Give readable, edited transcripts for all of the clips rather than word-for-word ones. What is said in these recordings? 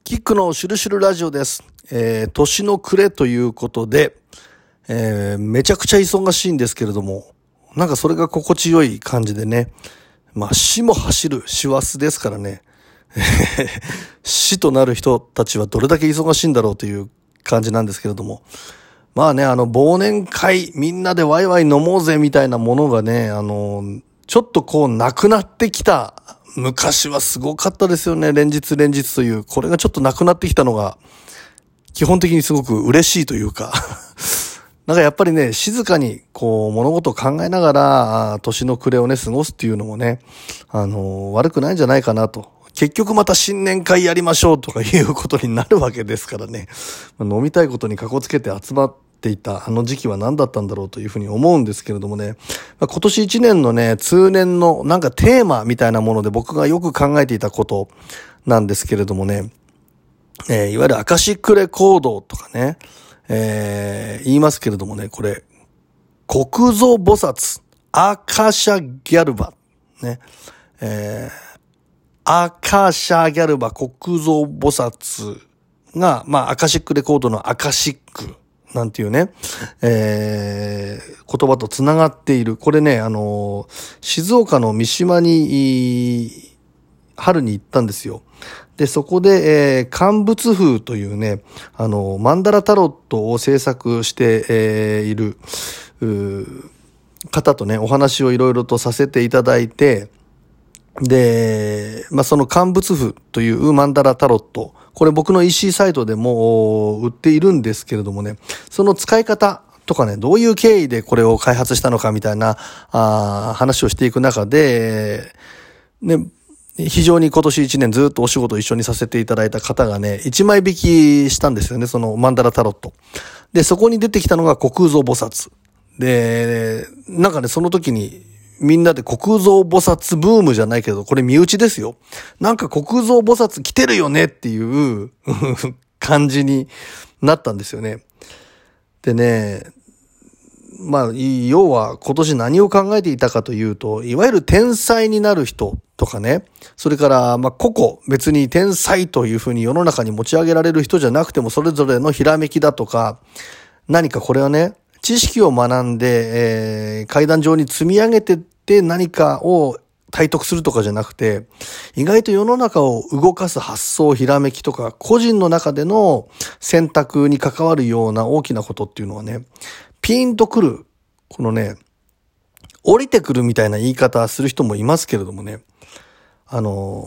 キックのシュルシュルラジオです。年の暮れということで、めちゃくちゃ忙しいんですけれども、なんかそれが心地よい感じでね、死も走る師走ですからね、死となる人たちはどれだけ忙しいんだろうという感じなんですけれども、忘年会みんなでワイワイ飲もうぜみたいなものがね、ちょっとなくなってきた。昔はすごかったですよね。連日という、これがちょっとなくなってきたのが、基本的にすごく嬉しいというか、なんかやっぱりね、静かに物事を考えながら、年の暮れをね、過ごすっていうのもね、悪くないんじゃないかなと。結局また新年会やりましょうとかいうことになるわけですからね。飲みたいことにかこつけて集まっていたあの時期は何だったんだろうというふうに思うんですけれどもね。今年1年のね、通年のなんかテーマみたいなもので僕がよく考えていたことなんですけれどもね。いわゆるアカシックレコードとかね、言いますけれどもね、これ、国蔵菩薩、アカシャギャルバ、ね、アカシャギャルバ国蔵菩薩が、アカシックレコードのアカシックなんていうね、言葉とつながっている。これね、静岡の三島に、春に行ったんですよ。で、そこで、乾物風というね、マンダラタロットを制作して、いる、方とね、お話をいろいろとさせていただいて、で、その乾物風というマンダラタロット、これ僕の EC サイトでも売っているんですけれどもね、その使い方とかね、どういう経緯でこれを開発したのかみたいな、話をしていく中で、ね、非常に今年1年ずっとお仕事一緒にさせていただいた方がね、1枚引きしたんですよね、そのマンダラタロット。で、そこに出てきたのが国蔵菩薩。で、なんかね、その時にみんなで国蔵菩薩ブームじゃないけど、これ身内ですよ。なんか国蔵菩薩来てるよねっていう感じになったんですよね。でね、要は今年何を考えていたかというと、いわゆる天才になる人とかね、それから個々別に天才というふうに世の中に持ち上げられる人じゃなくてもそれぞれのひらめきだとか、何かこれはね、知識を学んで、階段上に積み上げてって何かを体得するとかじゃなくて、意外と世の中を動かす発想、ひらめきとか、個人の中での選択に関わるような大きなことっていうのはね、ピーンとくる、このね、降りてくるみたいな言い方する人もいますけれどもね、ア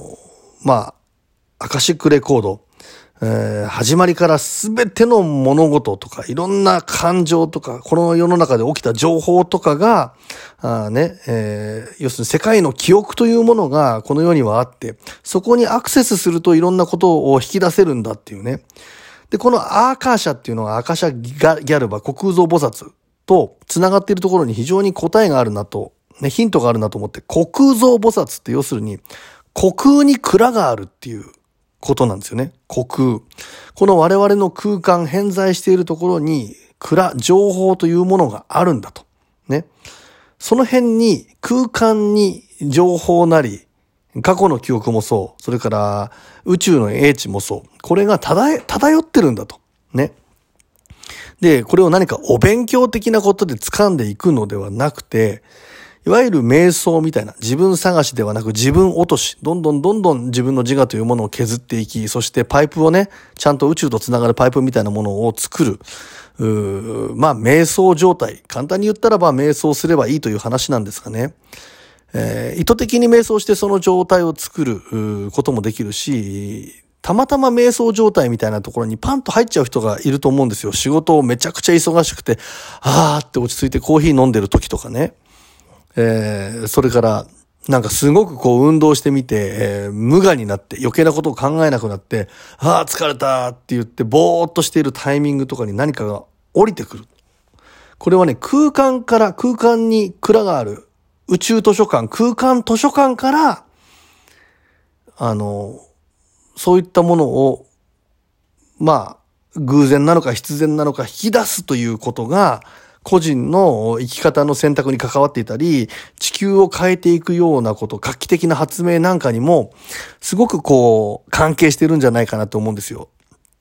カシックレコード、始まりからすべての物事とか、いろんな感情とか、この世の中で起きた情報とかが、要するに世界の記憶というものがこの世にはあって、そこにアクセスするといろんなことを引き出せるんだっていうね。で、このアーカーシャっていうのはアカシャギャルバ国蔵菩薩と繋がっているところに非常に答えがあるなと、ね、ヒントがあるなと思って、国蔵菩薩って要するに、虚空に蔵があるっていうことなんですよね。虚空。この我々の空間、偏在しているところに、蔵、情報というものがあるんだと。ね。その辺に、空間に情報なり、過去の記憶もそう。それから宇宙の英知もそう。これが漂ってるんだと。ね。で、これを何かお勉強的なことで掴んでいくのではなくて、いわゆる瞑想みたいな自分探しではなく自分落とし、どんどん自分の自我というものを削っていき、そしてパイプをね、ちゃんと宇宙とつながるパイプみたいなものを作る。瞑想状態。簡単に言ったら瞑想すればいいという話なんですがね。意図的に瞑想してその状態を作ることもできるし、たまたま瞑想状態みたいなところにパンと入っちゃう人がいると思うんですよ。仕事をめちゃくちゃ忙しくて、って落ち着いてコーヒー飲んでる時とかね。それからなんかすごく運動してみて、無我になって余計なことを考えなくなって、疲れたって言ってぼーっとしているタイミングとかに何かが降りてくる。これはね、空間に蔵がある。宇宙図書館、空間図書館から、そういったものを、偶然なのか必然なのか引き出すということが、 個人の生き方の選択に関わっていたり、地球を変えていくようなこと、画期的な発明なんかにも、すごく関係してるんじゃないかなと思うんですよ。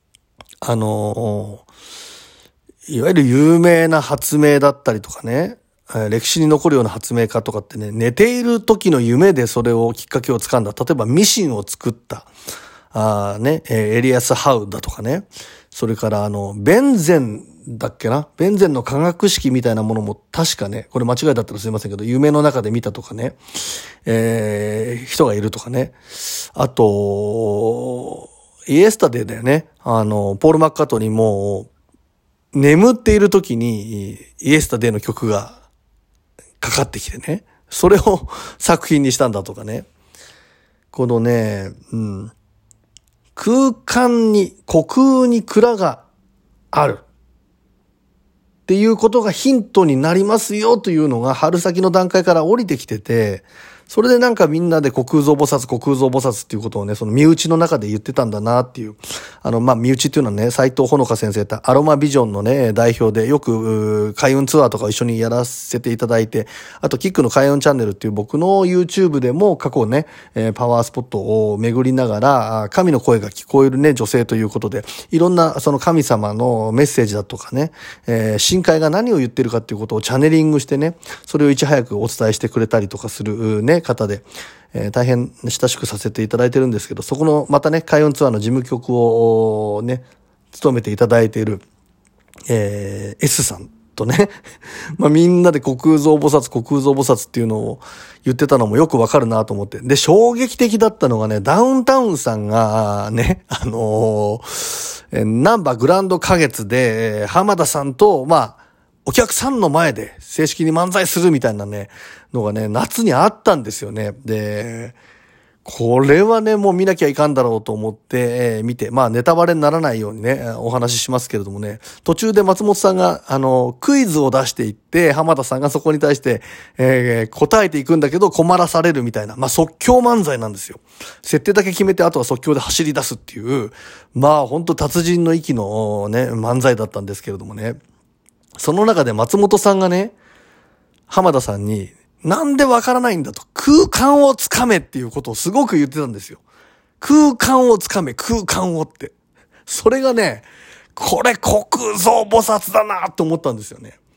いわゆる有名な発明だったりとかね、歴史に残るような発明家とかってね、寝ている時の夢でそれをきっかけをつかんだ。例えばミシンを作った、エリアス・ハウだとかね。それからベンゼンだっけな、ベンゼンの化学式みたいなものも確かね、これ間違いだったらすいませんけど、夢の中で見たとかね、人がいるとかね。あと、イエスタデーだよね。ポール・マッカートニーも、眠っている時にイエスタデーの曲がかかってきてね、それを作品にしたんだとかね。このね、空間に、虚空に蔵があるっていうことがヒントになりますよというのが春先の段階から降りてきてて、それでなんかみんなで虚空蔵菩薩っていうことをね、その身内の中で言ってたんだなっていう。身内っていうのはね、斉藤ほのか先生ってアロマビジョンのね、代表でよく開運ツアーとか一緒にやらせていただいて、あとキックの開運チャンネルっていう僕の YouTube でも過去ね、パワースポットを巡りながら、神の声が聞こえるね、女性ということで、いろんなその神様のメッセージだとかね、深海が何を言ってるかっていうことをチャネリングしてね、それをいち早くお伝えしてくれたりとかするね、方で、大変親しくさせていただいてるんですけど、そこのまたね、開運ツアーの事務局をね、務めていただいている、S さんとね、みんなで虚空蔵菩薩っていうのを言ってたのもよくわかるなと思って。で、衝撃的だったのがね、ダウンタウンさんがね、ナンバーグランド花月で、浜田さんと、お客さんの前で正式に漫才するみたいなね、のがね、夏にあったんですよね。で、これはね、もう見なきゃいかんだろうと思って、見て、ネタバレにならないようにね、お話ししますけれどもね、途中で松本さんが、クイズを出していって、浜田さんがそこに対して、答えていくんだけど困らされるみたいな、即興漫才なんですよ。設定だけ決めて、あとは即興で走り出すっていう、ほんと達人の域のね、漫才だったんですけれどもね。その中で松本さんがね、浜田さんに、なんでわからないんだと、空間をつかめっていうことをすごく言ってたんですよ。空間をつかめ、空間をって。それがね、これ虚空蔵菩薩だなと思ったんですよね。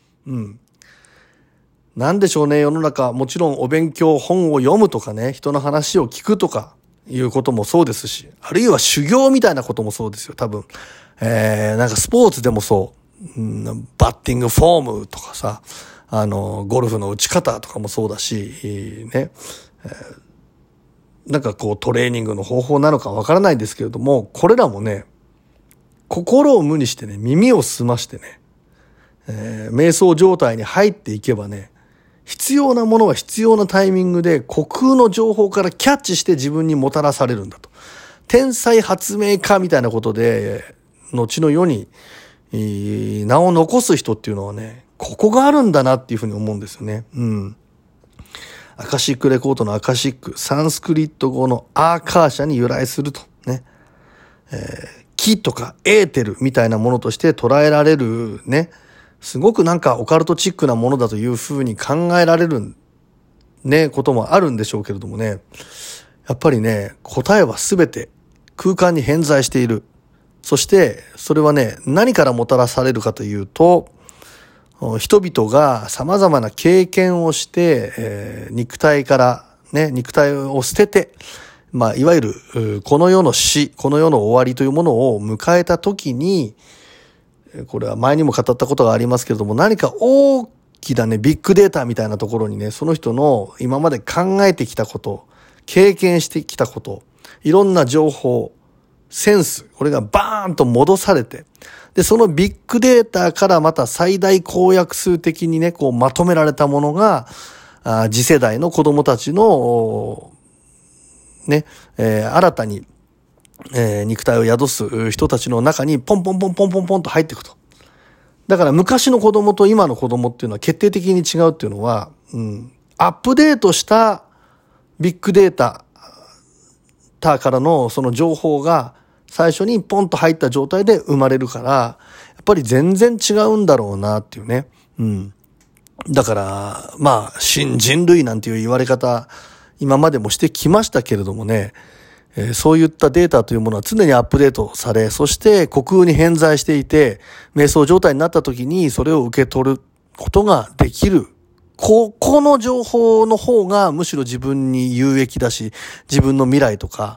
なんでしょうね、世の中、もちろんお勉強、本を読むとかね、人の話を聞くとかいうこともそうですし、あるいは修行みたいなこともそうですよ、多分。なんかスポーツでもそう。バッティングフォームとかさ、ゴルフの打ち方とかもそうだし、ね、なんかトレーニングの方法なのかわからないですけれども、これらもね、心を無にしてね、耳を澄ましてね、瞑想状態に入っていけばね、必要なものは必要なタイミングで虚空の情報からキャッチして自分にもたらされるんだと。天才発明家みたいなことで、後の世に、名を残す人っていうのはね、ここがあるんだなっていうふうに思うんですよね。アカシックレコードのアカシック、サンスクリット語のアーカーシャに由来するとね、気とかエーテルみたいなものとして捉えられるね、すごくなんかオカルトチックなものだというふうに考えられるね、こともあるんでしょうけれどもね、やっぱりね、答えはすべて空間に偏在している。そして、それはね、何からもたらされるかというと、人々が様々な経験をして、肉体からね、肉体を捨てて、いわゆる、この世の死、この世の終わりというものを迎えたときに、これは前にも語ったことがありますけれども、何か大きなね、ビッグデータみたいなところにね、その人の今まで考えてきたこと、経験してきたこと、いろんな情報、センス、これがバーンと戻されて、で、そのビッグデータからまた最大公約数的にね、まとめられたものが、次世代の子供たちの、ね、新たに、肉体を宿す人たちの中にポンポンポンポンポンポンと入っていくと。だから昔の子供と今の子供っていうのは決定的に違うっていうのは、アップデートしたビッグデータからのその情報が最初にポンと入った状態で生まれるから、やっぱり全然違うんだろうなっていうね。だから、新人類なんていう言われ方、今までもしてきましたけれどもね、そういったデータというものは常にアップデートされ、そして虚空に偏在していて、瞑想状態になった時にそれを受け取ることができる。この情報の方がむしろ自分に有益だし、自分の未来とか、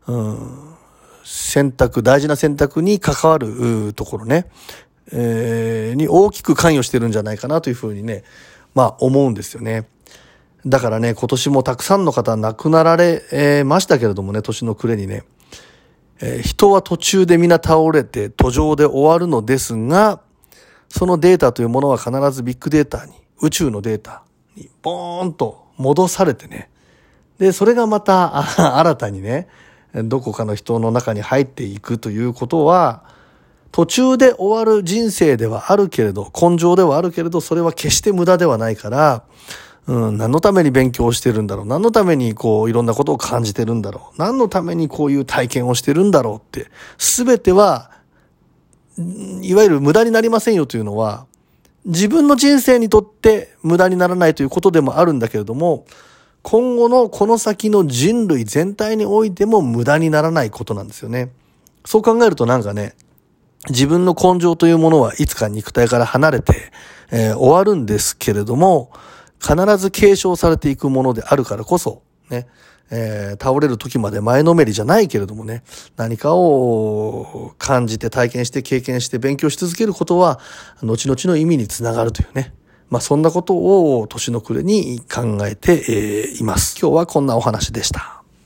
大事な選択に関わるところね、に大きく関与してるんじゃないかなというふうにね、思うんですよね。だからね、今年もたくさんの方亡くなられましたけれどもね、年の暮れにね、人は途中で皆倒れて途上で終わるのですが、そのデータというものは必ずビッグデータに、宇宙のデータにボーンと戻されてね、でそれがまた新たにね、どこかの人の中に入っていくということは、途中で終わる人生ではあるけれど、根性ではあるけれど、それは決して無駄ではないから、何のために勉強してるんだろう、何のためにいろんなことを感じてるんだろう、何のためにこういう体験をしてるんだろうって、全てはいわゆる無駄になりませんよというのは、自分の人生にとって無駄にならないということでもあるんだけれども、今後のこの先の人類全体においても無駄にならないことなんですよね。そう考えると自分の根性というものはいつか肉体から離れて、終わるんですけれども、必ず継承されていくものであるからこそね、倒れる時まで前のめりじゃないけれどもね、何かを感じて体験して経験して勉強し続けることは後々の意味につながるというね、そんなことを年の暮れに考えています。今日はこんなお話でした。